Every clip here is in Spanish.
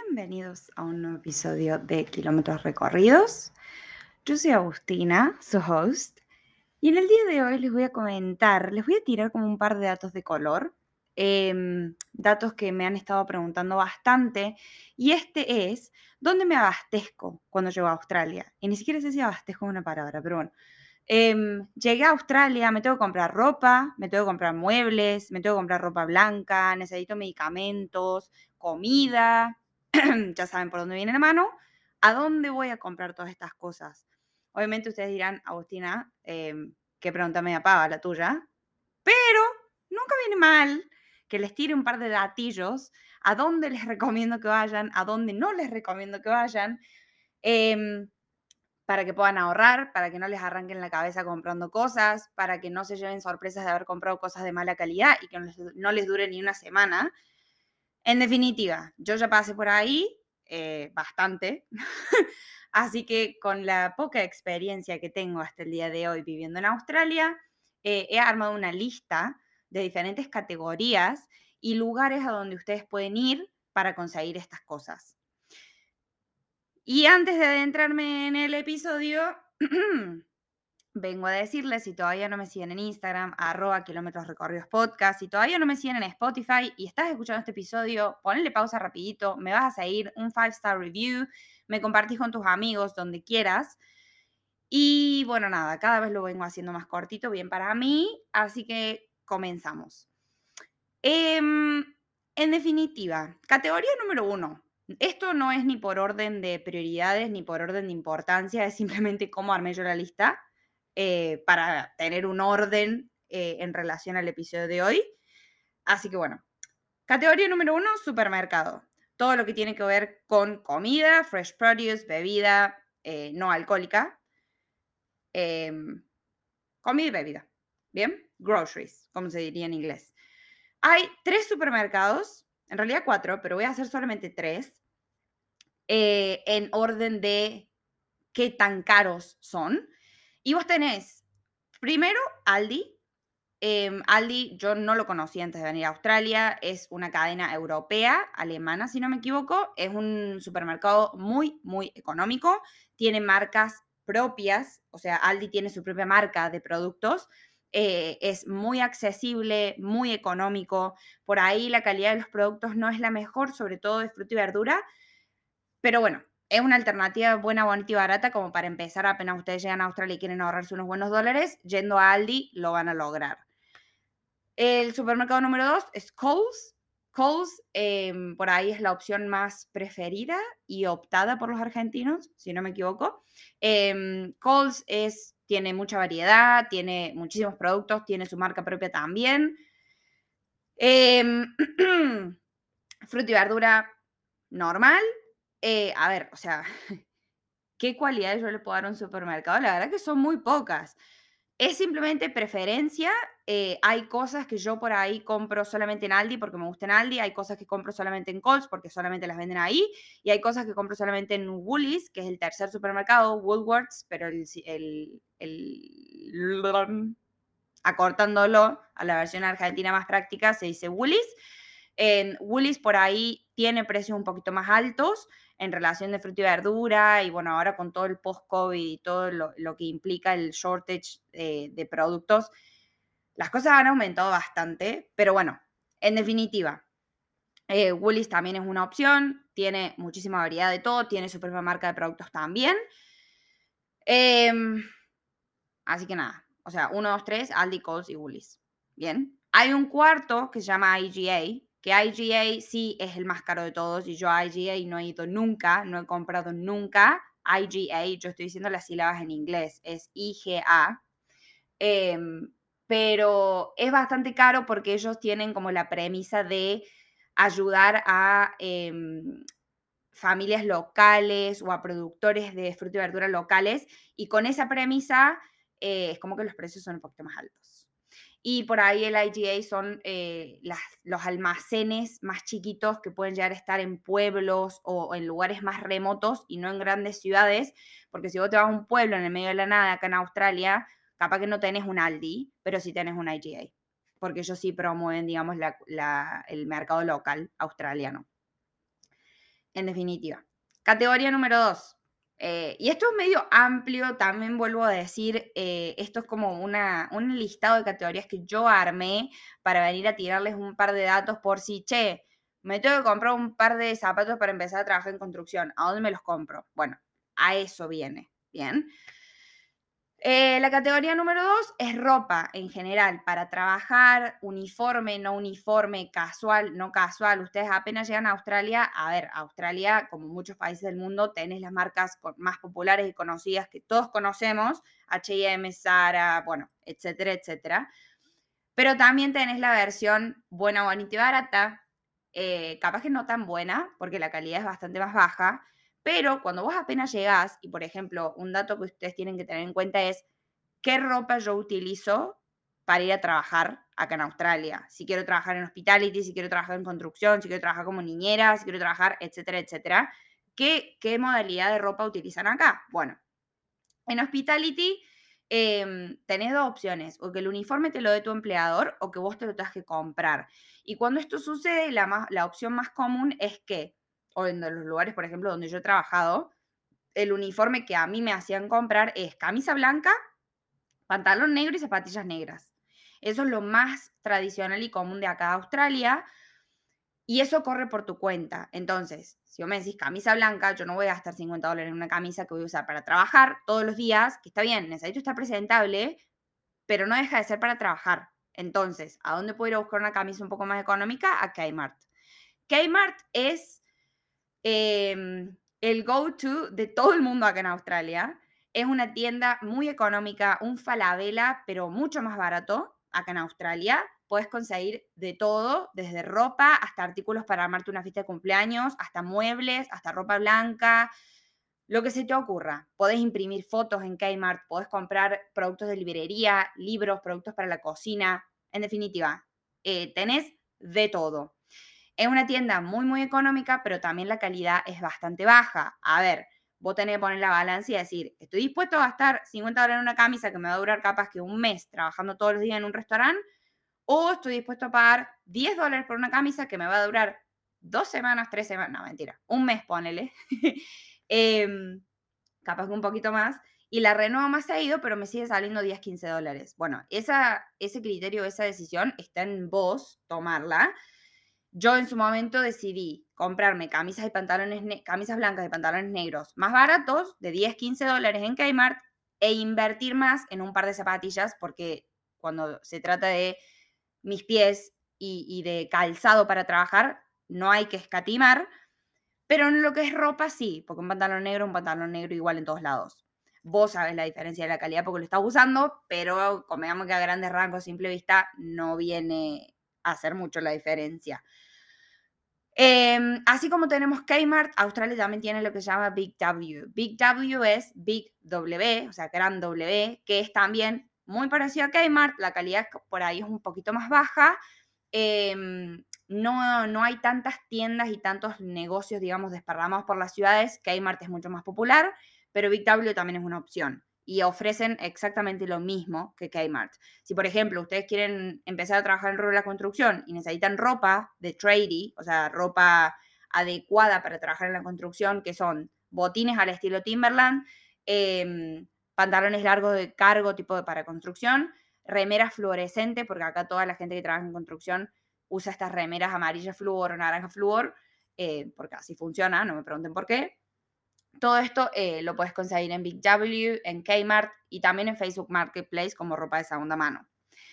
Bienvenidos a un nuevo episodio de Kilómetros Recorridos. Yo soy Agustina, su host, y en el día de hoy les voy a tirar como un par de datos de color, datos que me han estado preguntando bastante, y este es, ¿dónde me abastezco cuando llego a Australia? Y ni siquiera sé si abastezco es una palabra, pero bueno. Llegué a Australia, me tengo que comprar ropa, me tengo que comprar muebles, me tengo que comprar ropa blanca, necesito medicamentos, comida, ya saben por dónde viene la mano. ¿A dónde voy a comprar todas estas cosas? Obviamente ustedes dirán, Agustina, qué pregunta media pava la tuya, pero nunca viene mal que les tire un par de datillos a dónde les recomiendo que vayan, a dónde no les recomiendo que vayan. Para que puedan ahorrar, para que no les arranquen la cabeza comprando cosas, para que no se lleven sorpresas de haber comprado cosas de mala calidad y que no les dure ni una semana. En definitiva, yo ya pasé por ahí bastante, así que con la poca experiencia que tengo hasta el día de hoy viviendo en Australia, he armado una lista de diferentes categorías y lugares a donde ustedes pueden ir para conseguir estas cosas. Y antes de adentrarme en el episodio, vengo a decirles, si todavía no me siguen en Instagram, @kilómetros recorridos podcast, si todavía no me siguen en Spotify y estás escuchando este episodio, ponle pausa rapidito, me vas a seguir, un 5-star review, me compartís con tus amigos donde quieras. Y bueno, nada, cada vez lo vengo haciendo más cortito, bien para mí, así que comenzamos. Em, en definitiva, categoría número 1. Esto no es ni por orden de prioridades ni por orden de importancia, es simplemente cómo armé yo la lista para tener un orden en relación al episodio de hoy. Así que bueno, categoría número 1, supermercado. Todo lo que tiene que ver con comida, fresh produce, bebida no alcohólica, comida y bebida. ¿Bien? Groceries, como se diría en inglés. Hay 3 supermercados, en realidad 4, pero voy a hacer solamente 3, en orden de qué tan caros son. Y vos tenés, primero, Aldi. Aldi yo no lo conocía antes de venir a Australia, es una cadena europea, alemana, si no me equivoco. Es un supermercado muy, muy económico. Tiene marcas propias, o sea, Aldi tiene su propia marca de productos. Es muy accesible, muy económico. Por ahí la calidad de los productos no es la mejor, sobre todo de fruta y verdura, pero bueno, es una alternativa buena, bonita y barata como para empezar apenas ustedes llegan a Australia y quieren ahorrarse unos buenos dólares, yendo a Aldi lo van a lograr. El supermercado número 2 es Coles. Coles, por ahí es la opción más preferida y optada por los argentinos, si no me equivoco. Coles tiene mucha variedad, tiene muchísimos productos, tiene su marca propia también. Fruta y verdura normal. A ver, o sea, ¿qué cualidades yo le puedo dar a un supermercado? La verdad que son muy pocas. Es simplemente preferencia. Hay cosas que yo por ahí compro solamente en Aldi porque me gusta en Aldi, hay cosas que compro solamente en Coles porque solamente las venden ahí, y hay cosas que compro solamente en Woolies, que es el tercer supermercado, Woolworths, pero acortándolo a la versión argentina más práctica, se dice Woolies. En Woolies por ahí tiene precios un poquito más altos en relación de fruta y verdura, y bueno, ahora con todo el post-COVID y todo lo que implica el shortage de productos, las cosas han aumentado bastante, pero bueno, en definitiva, Woolies también es una opción, tiene muchísima variedad de todo, tiene su propia marca de productos también. Así que nada, o sea, 1, 2, 3, Aldi, Coles y Woolies. Bien. Hay un cuarto que se llama IGA, que IGA sí es el más caro de todos, y yo a IGA no he ido nunca, no he comprado nunca. IGA, yo estoy diciendo las sílabas en inglés, es IGA. Pero es bastante caro porque ellos tienen como la premisa de ayudar a familias locales o a productores de fruta y verdura locales, y con esa premisa es como que los precios son un poquito más altos. Y por ahí el IGA son los almacenes más chiquitos que pueden llegar a estar en pueblos o en lugares más remotos y no en grandes ciudades, porque si vos te vas a un pueblo en el medio de la nada acá en Australia, capaz que no tenés un Aldi, pero sí tenés un IGA, porque ellos sí promueven, digamos, el mercado local australiano. en definitiva. Categoría número 2. Y esto es medio amplio, también vuelvo a decir, esto es como un listado de categorías que yo armé para venir a tirarles un par de datos por si, che, me tengo que comprar un par de zapatos para empezar a trabajar en construcción. ¿A dónde me los compro? Bueno, a eso viene, ¿bien? La categoría número 2 es ropa en general, para trabajar, uniforme, no uniforme, casual, no casual. Ustedes apenas llegan a Australia, a ver, Australia, como muchos países del mundo, tenés las marcas más populares y conocidas que todos conocemos, H&M, Zara, bueno, etcétera, etcétera. Pero también tenés la versión buena, bonita y barata, capaz que no tan buena, porque la calidad es bastante más baja, pero cuando vos apenas llegás, y por ejemplo, un dato que ustedes tienen que tener en cuenta es qué ropa yo utilizo para ir a trabajar acá en Australia. Si quiero trabajar en hospitality, si quiero trabajar en construcción, si quiero trabajar como niñera, si quiero trabajar, etcétera, etcétera. ¿Qué modalidad de ropa utilizan acá? Bueno, en hospitality tenés dos opciones, o que el uniforme te lo dé tu empleador o que vos te lo tengas que comprar. Y cuando esto sucede, la opción más común es que, o en los lugares, por ejemplo, donde yo he trabajado, el uniforme que a mí me hacían comprar es camisa blanca, pantalón negro y zapatillas negras. Eso es lo más tradicional y común de acá de Australia. Y eso corre por tu cuenta. Entonces, si vos me decís camisa blanca, yo no voy a gastar $50 en una camisa que voy a usar para trabajar todos los días, que está bien, necesito estar presentable, pero no deja de ser para trabajar. Entonces, ¿a dónde puedo ir a buscar una camisa un poco más económica? A Kmart. Kmart es el go-to de todo el mundo acá en Australia. Es una tienda muy económica, un Falabella, pero mucho más barato acá en Australia. Puedes conseguir de todo, desde ropa hasta artículos para armarte una fiesta de cumpleaños, hasta muebles, hasta ropa blanca, lo que se te ocurra. Podés imprimir fotos en Kmart, podés comprar productos de librería, libros, productos para la cocina. En definitiva, tenés de todo. Es una tienda muy, muy económica, pero también la calidad es bastante baja. A ver, vos tenés que poner la balanza y decir, estoy dispuesto a gastar $50 en una camisa que me va a durar capaz que un mes trabajando todos los días en un restaurante, o estoy dispuesto a pagar $10 por una camisa que me va a durar 2 semanas, 3 semanas, no, mentira, un mes, ponele. Capaz que un poquito más, y la renuevo más seguido, pero me sigue saliendo $10, $15. Bueno, ese criterio, esa decisión está en vos tomarla. Yo en su momento decidí comprarme camisas y pantalones, camisas blancas y pantalones negros más baratos, de $10, $15 en Kmart, e invertir más en un par de zapatillas, porque cuando se trata de mis pies y de calzado para trabajar, no hay que escatimar, pero en lo que es ropa sí, porque un pantalón negro igual en todos lados. Vos sabés la diferencia de la calidad porque lo estás usando, pero convengamos que a grandes rasgos, simple vista, no viene a hacer mucho la diferencia. Así como tenemos Kmart, Australia también tiene lo que se llama Big W. Big W es Big W, o sea, gran W, que es también muy parecido a Kmart, la calidad por ahí es un poquito más baja. No hay tantas tiendas y tantos negocios, digamos, desparramados por las ciudades. Kmart es mucho más popular, pero Big W también es una opción. Y ofrecen exactamente lo mismo que Kmart. Si, por ejemplo, ustedes quieren empezar a trabajar en el rubro de la construcción y necesitan ropa de tradie, o sea, ropa adecuada para trabajar en la construcción, que son botines al estilo Timberland, pantalones largos de cargo tipo para construcción, remeras fluorescentes, porque acá toda la gente que trabaja en construcción usa estas remeras amarillas flúor o naranja flúor, porque así funciona, no me pregunten por qué. Todo esto lo puedes conseguir en Big W, en Kmart y también en Facebook Marketplace como ropa de segunda mano.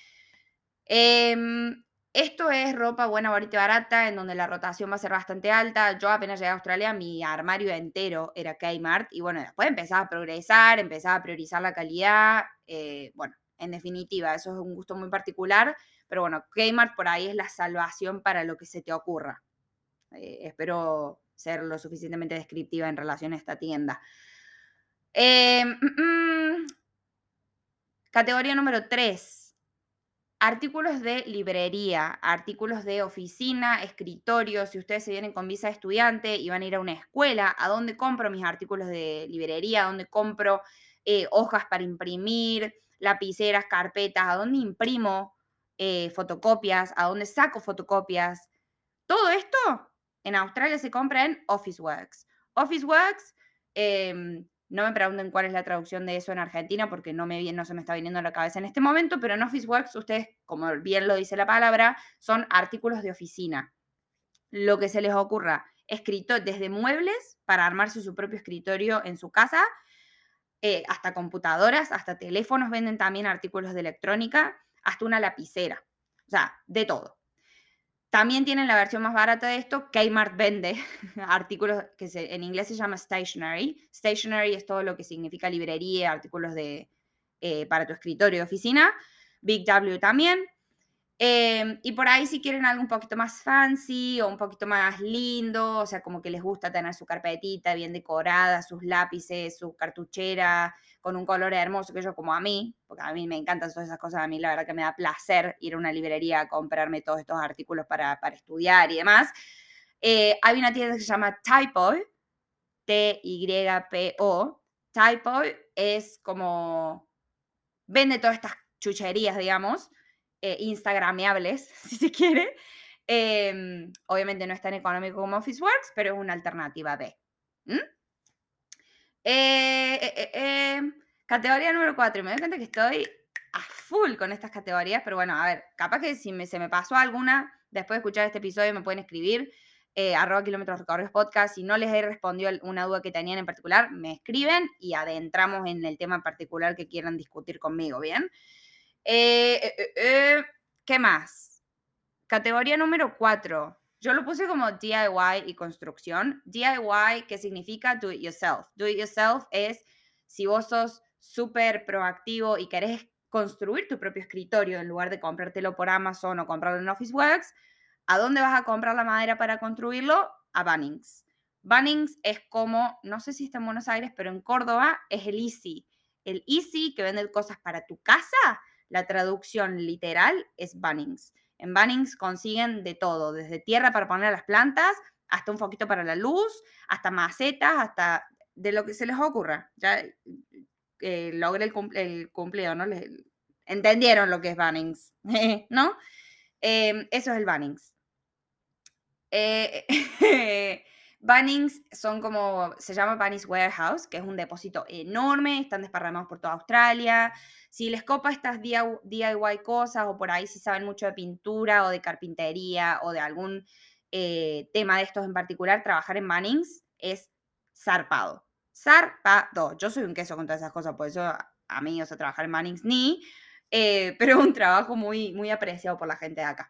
Esto es ropa buena, bonita y barata, en donde la rotación va a ser bastante alta. Yo apenas llegué a Australia, mi armario entero era Kmart y bueno, después empezaba a progresar, empezaba a priorizar la calidad. Bueno, en definitiva, eso es un gusto muy particular, pero bueno, Kmart por ahí es la salvación para lo que se te ocurra. Espero ser lo suficientemente descriptiva en relación a esta tienda. Categoría número 3. Artículos de librería, artículos de oficina, escritorio. Si ustedes se vienen con visa de estudiante y van a ir a una escuela, ¿a dónde compro mis artículos de librería? ¿A dónde compro hojas para imprimir, lapiceras, carpetas? ¿A dónde imprimo fotocopias? ¿A dónde saco fotocopias? Todo esto en Australia se compra en Officeworks. Officeworks, no me pregunten cuál es la traducción de eso en Argentina porque no se me está viniendo a la cabeza en este momento, pero en Officeworks ustedes, como bien lo dice la palabra, son artículos de oficina. Lo que se les ocurra, desde muebles para armarse su propio escritorio en su casa, hasta computadoras, hasta teléfonos, venden también artículos de electrónica, hasta una lapicera, o sea, de todo. También tienen la versión más barata de esto. Kmart vende artículos que en inglés se llama stationery. Stationery es todo lo que significa librería, artículos para tu escritorio de oficina. Big W también. Y por ahí si quieren algo un poquito más fancy o un poquito más lindo, o sea, como que les gusta tener su carpetita bien decorada, sus lápices, su cartuchera, con un color hermoso, que yo como a mí, porque a mí me encantan todas esas cosas, a mí la verdad que me da placer ir a una librería a comprarme todos estos artículos para estudiar y demás. Hay una tienda que se llama Typo, Typo. Typo es como, vende todas estas chucherías, digamos, instagrameables, si se quiere. Obviamente no es tan económico como Officeworks, pero es una alternativa B. Categoría número 4. Me doy cuenta que estoy a full con estas categorías, pero bueno, a ver, capaz que si se me pasó alguna, después de escuchar este episodio me pueden escribir, @kilómetros recorridos podcast. Si no les he respondido una duda que tenían en particular, me escriben y adentramos en el tema en particular que quieran discutir conmigo, ¿bien? ¿Qué más? Categoría número 4. Yo lo puse como DIY y construcción. DIY, ¿qué significa? Do it yourself. Do it yourself es si vos sos súper proactivo y querés construir tu propio escritorio en lugar de comprártelo por Amazon o comprarlo en Officeworks. ¿A dónde vas a comprar la madera para construirlo? A Bunnings. Bunnings es como, no sé si está en Buenos Aires, pero en Córdoba es el Easy. El Easy que vende cosas para tu casa, la traducción literal es Bunnings. En Bunnings consiguen de todo, desde tierra para poner a las plantas, hasta un foquito para la luz, hasta macetas, hasta de lo que se les ocurra. Ya logré el cumplido, ¿no? Entendieron lo que es Bunnings, ¿no? Eso es el Bunnings. Bunnings son como, se llama Bunnings Warehouse, que es un depósito enorme, están desparramados por toda Australia. Si les copa estas DIY cosas o por ahí si saben mucho de pintura o de carpintería o de algún tema de estos en particular, trabajar en Bunnings es zarpado. Zarpado. Yo soy un queso con todas esas cosas, por eso a mí, o sea, trabajar en Bunnings pero es un trabajo muy, muy apreciado por la gente de acá.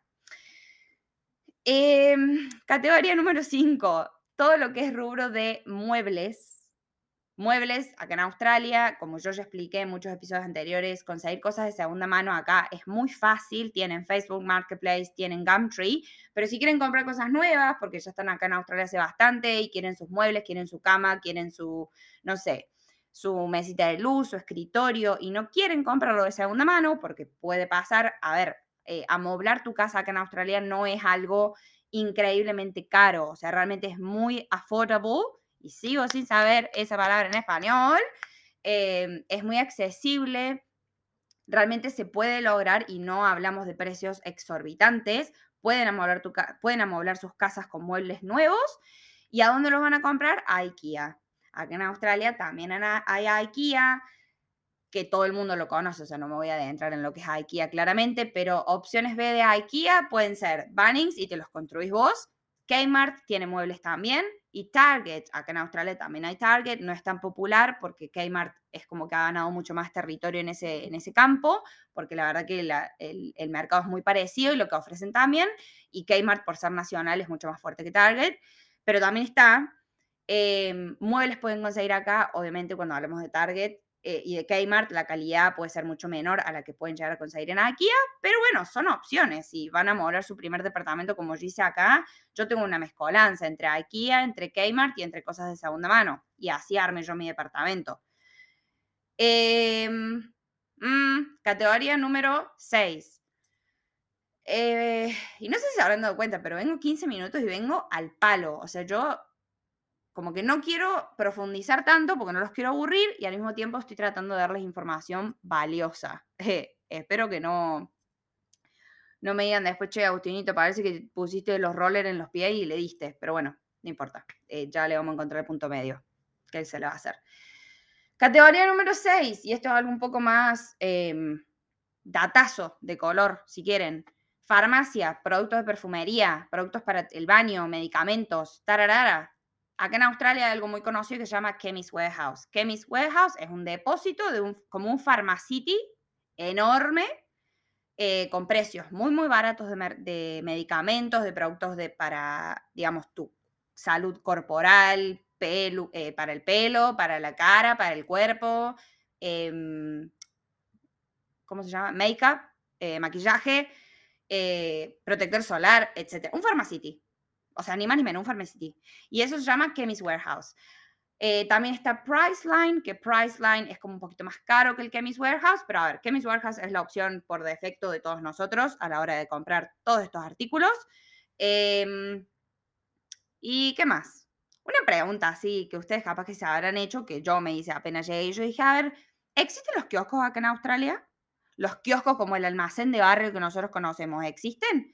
Categoría número 5, todo lo que es rubro de muebles. Muebles, acá en Australia, como yo ya expliqué en muchos episodios anteriores, conseguir cosas de segunda mano acá es muy fácil. Tienen Facebook Marketplace, tienen Gumtree, pero si quieren comprar cosas nuevas, porque ya están acá en Australia hace bastante y quieren sus muebles, quieren su cama, quieren su, no sé, su mesita de luz, su escritorio, y no quieren comprarlo de segunda mano, porque puede pasar, a ver, amoblar tu casa acá en Australia no es algo increíblemente caro, o sea, realmente es muy affordable, y sigo sin saber esa palabra en español, es muy accesible, realmente se puede lograr y no hablamos de precios exorbitantes, pueden amoblar sus casas con muebles nuevos. ¿Y a dónde los van a comprar? A IKEA. Acá en Australia también hay IKEA, que todo el mundo lo conoce, o sea, no me voy a adentrar en lo que es IKEA claramente, pero opciones B de IKEA pueden ser Bunnings y te los construís vos, Kmart tiene muebles también, y Target, acá en Australia también hay Target, no es tan popular porque Kmart es como que ha ganado mucho más territorio en ese campo, porque la verdad que el mercado es muy parecido y lo que ofrecen también, y Kmart por ser nacional es mucho más fuerte que Target, pero también está, muebles pueden conseguir acá, obviamente cuando hablamos de Target, y de Kmart, la calidad puede ser mucho menor a la que pueden llegar a conseguir en IKEA, pero bueno, son opciones. Si van a mover su primer departamento, como yo hice acá, yo tengo una mezcolanza entre IKEA, entre Kmart y entre cosas de segunda mano. Y así armé yo mi departamento. Categoría número 6. Y no sé si se habrán dado cuenta, pero vengo 15 minutos y vengo al palo. O sea, yo como que no quiero profundizar tanto porque no los quiero aburrir y al mismo tiempo estoy tratando de darles información valiosa. Espero que no No me digan después, che, Agustinito, parece que pusiste los rollers en los pies y le diste. Pero bueno, no importa. Ya le vamos a encontrar el punto medio. Que se le va a hacer. Categoría número 6. Y esto es algo un poco más datazo de color, si quieren. Farmacia, productos de perfumería, productos para el baño, medicamentos, tararara. Acá en Australia hay algo muy conocido que se llama Chemist Warehouse. Chemist Warehouse es un depósito de como un pharmacity enorme, con precios muy, muy baratos de medicamentos, de productos para, digamos, tu salud corporal, para el pelo, para la cara, para el cuerpo, ¿cómo se llama? Make-up, maquillaje, protector solar, etc. Un Pharmacity. O sea, ni más ni menos, un Pharmacity. Y eso se llama Chemist Warehouse. También está Priceline, que Priceline es como un poquito más caro que el Chemist Warehouse, pero a ver, Chemist Warehouse es la opción por defecto de todos nosotros a la hora de comprar todos estos artículos. ¿Y qué más? Una pregunta así que ustedes capaz que se habrán hecho, que yo me hice apenas llegué y yo dije, a ver, ¿existen los kioscos acá en Australia? Los kioscos como el almacén de barrio que nosotros conocemos, ¿existen?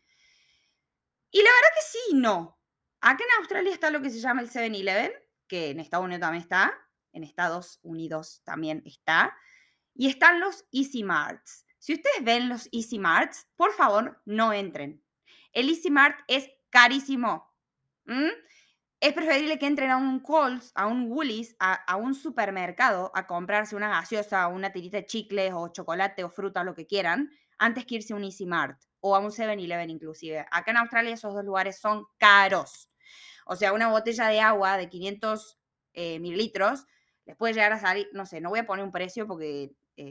Y la verdad que sí y no. Acá en Australia está lo que se llama el 7-Eleven, que en Estados Unidos también está, en Estados Unidos también está, y están los Easy Marts. Si ustedes ven los Easy Marts, por favor, no entren. El Easy Mart es carísimo. ¿Mm? Es preferible que entren a un Coles, a un Woolies, a un supermercado a comprarse una gaseosa, una tirita de chicles o chocolate o fruta, lo que quieran, antes que irse a un Easy Mart o a un 7-Eleven inclusive. Acá en Australia esos dos lugares son caros. O sea, una botella de agua de 500 mililitros les puede llegar a salir, no sé, no voy a poner un precio porque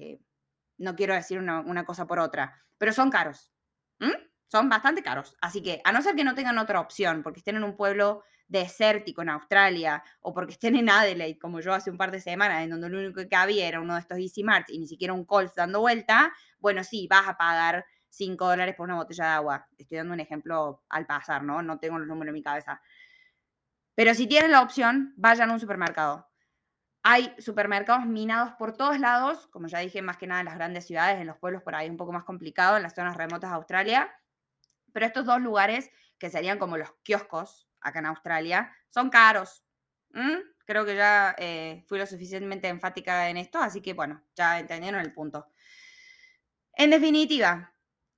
no quiero decir una cosa por otra, pero son caros. ¿Mm? Son bastante caros. Así que, a no ser que no tengan otra opción, porque estén en un pueblo desértico en Australia, o porque estén en Adelaide, como yo hace un par de semanas, en donde lo único que había era uno de estos Easy Marts y ni siquiera un Coles dando vuelta, bueno, sí, vas a pagar $5 por una botella de agua. Estoy dando un ejemplo al pasar, ¿no? No tengo los números en mi cabeza. Pero si tienen la opción, vayan a un supermercado. Hay supermercados minados por todos lados, como ya dije, más que nada en las grandes ciudades, en los pueblos por ahí un poco más complicado, en las zonas remotas de Australia. Pero estos dos lugares, que serían como los kioscos acá en Australia, son caros. Creo que ya fui lo suficientemente enfática en esto, así que bueno, ya entendieron el punto. En definitiva,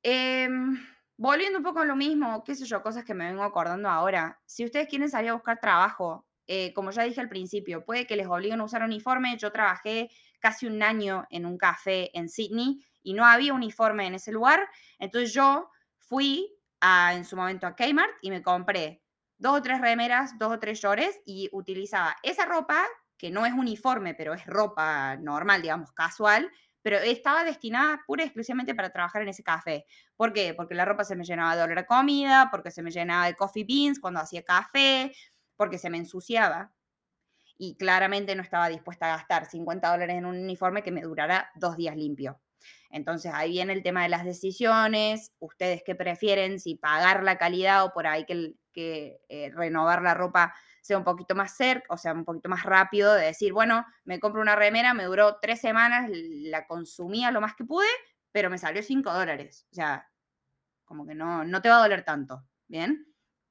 volviendo un poco a lo mismo, qué sé yo, cosas que me vengo acordando ahora. Si ustedes quieren salir a buscar trabajo, como ya dije al principio, puede que les obliguen a usar uniforme. Yo trabajé casi un año en un café en Sydney y no había uniforme en ese lugar. Entonces yo fui en su momento a Kmart y me compré 2 o 3 remeras, 2 o 3 shorts y utilizaba esa ropa, que no es uniforme, pero es ropa normal, digamos, casual, pero estaba destinada pura y exclusivamente para trabajar en ese café. ¿Por qué? Porque la ropa se me llenaba de olor a comida, porque se me llenaba de coffee beans cuando hacía café, porque se me ensuciaba. Y claramente no estaba dispuesta a gastar $50 en un uniforme que me durara 2 días limpio. Entonces ahí viene el tema de las decisiones, ustedes qué prefieren, si pagar la calidad o por ahí que renovar la ropa sea un poquito más cerca, o sea, un poquito más rápido, de decir, bueno, me compro una remera, me duró 3 semanas, la consumía lo más que pude, pero me salió $5. O sea, como que no te va a doler tanto, ¿bien?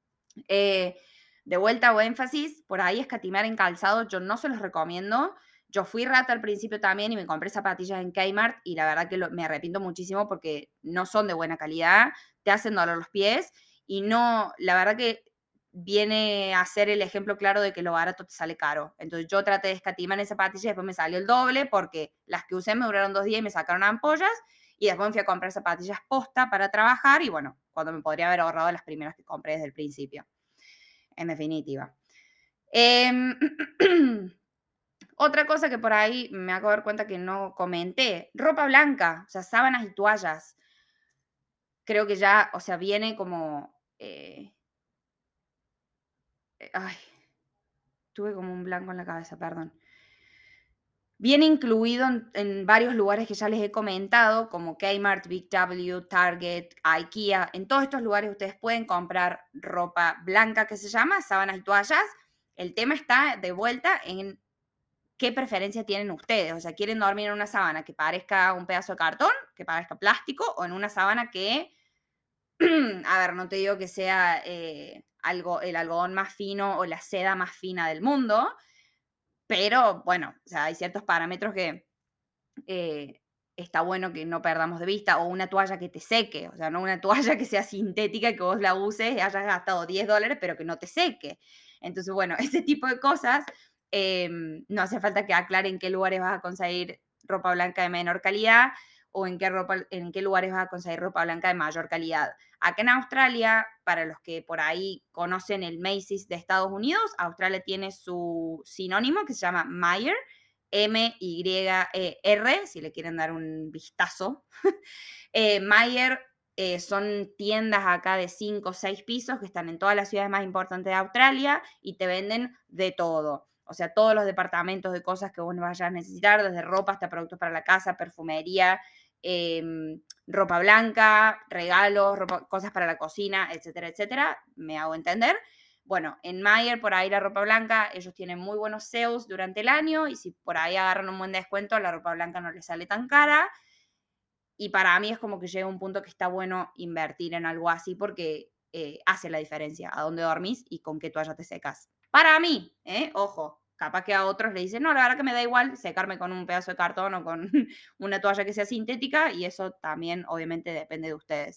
De vuelta o énfasis, por ahí escatimar en calzado, yo no se los recomiendo. Yo fui rata al principio también y me compré zapatillas en Kmart y la verdad que me arrepiento muchísimo porque no son de buena calidad, te hacen doler los pies y no, la verdad que viene a ser el ejemplo claro de que lo barato te sale caro. Entonces yo traté de escatimar en zapatillas y después me salió el doble porque las que usé me duraron 2 días y me sacaron ampollas y después me fui a comprar zapatillas posta para trabajar y bueno, cuando me podría haber ahorrado las primeras que compré desde el principio. En definitiva. Otra cosa que por ahí me acabo de dar cuenta que no comenté, ropa blanca, o sea, sábanas y toallas. Creo que ya, o sea, viene como... ay, tuve como un blanco en la cabeza, perdón. Viene incluido en varios lugares que ya les he comentado, como Kmart, Big W, Target, IKEA. En todos estos lugares ustedes pueden comprar ropa blanca que se llama sábanas y toallas. El tema está de vuelta en qué preferencia tienen ustedes. O sea, ¿quieren dormir en una sábana que parezca un pedazo de cartón, que parezca plástico, o en una sábana que A ver, no te digo que sea el algodón más fino o la seda más fina del mundo, pero bueno, o sea, hay ciertos parámetros que eh, está bueno que no perdamos de vista, o una toalla que te seque, o sea, no una toalla que sea sintética y que vos la uses y hayas gastado $10, pero que no te seque. Entonces, bueno, ese tipo de cosas, no hace falta que aclaren en qué lugares vas a conseguir ropa blanca de menor calidad o en qué lugares vas a conseguir ropa blanca de mayor calidad. Acá en Australia, para los que por ahí conocen el Macy's de Estados Unidos, Australia tiene su sinónimo que se llama Myer, M-Y-E-R, si le quieren dar un vistazo. Myer son tiendas acá de 5 o 6 pisos que están en todas las ciudades más importantes de Australia y te venden de todo. O sea, todos los departamentos de cosas que vos vayas a necesitar, desde ropa hasta productos para la casa, perfumería, ropa blanca, regalos, cosas para la cocina, etcétera, etcétera. Me hago entender. Bueno, en Myer, por ahí la ropa blanca, ellos tienen muy buenos sales durante el año y si por ahí agarran un buen descuento, la ropa blanca no les sale tan cara. Y para mí es como que llega un punto que está bueno invertir en algo así porque hace la diferencia a dónde dormís y con qué toalla te secas. Para mí, ojo, capaz que a otros le dicen, no, la verdad que me da igual secarme con un pedazo de cartón o con una toalla que sea sintética y eso también obviamente depende de ustedes.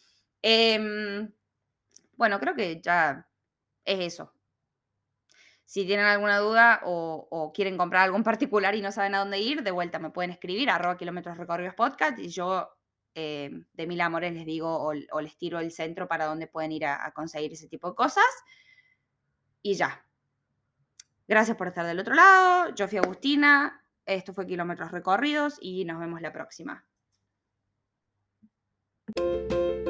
Bueno, creo que ya es eso. Si tienen alguna duda o quieren comprar algo en particular y no saben a dónde ir, de vuelta me pueden escribir, @kilómetros recorridos podcast, y yo de mil amores les digo o les tiro el centro para donde pueden ir a conseguir ese tipo de cosas. Y ya. Gracias por estar del otro lado. Yo fui Agustina. Esto fue Kilómetros Recorridos y nos vemos la próxima.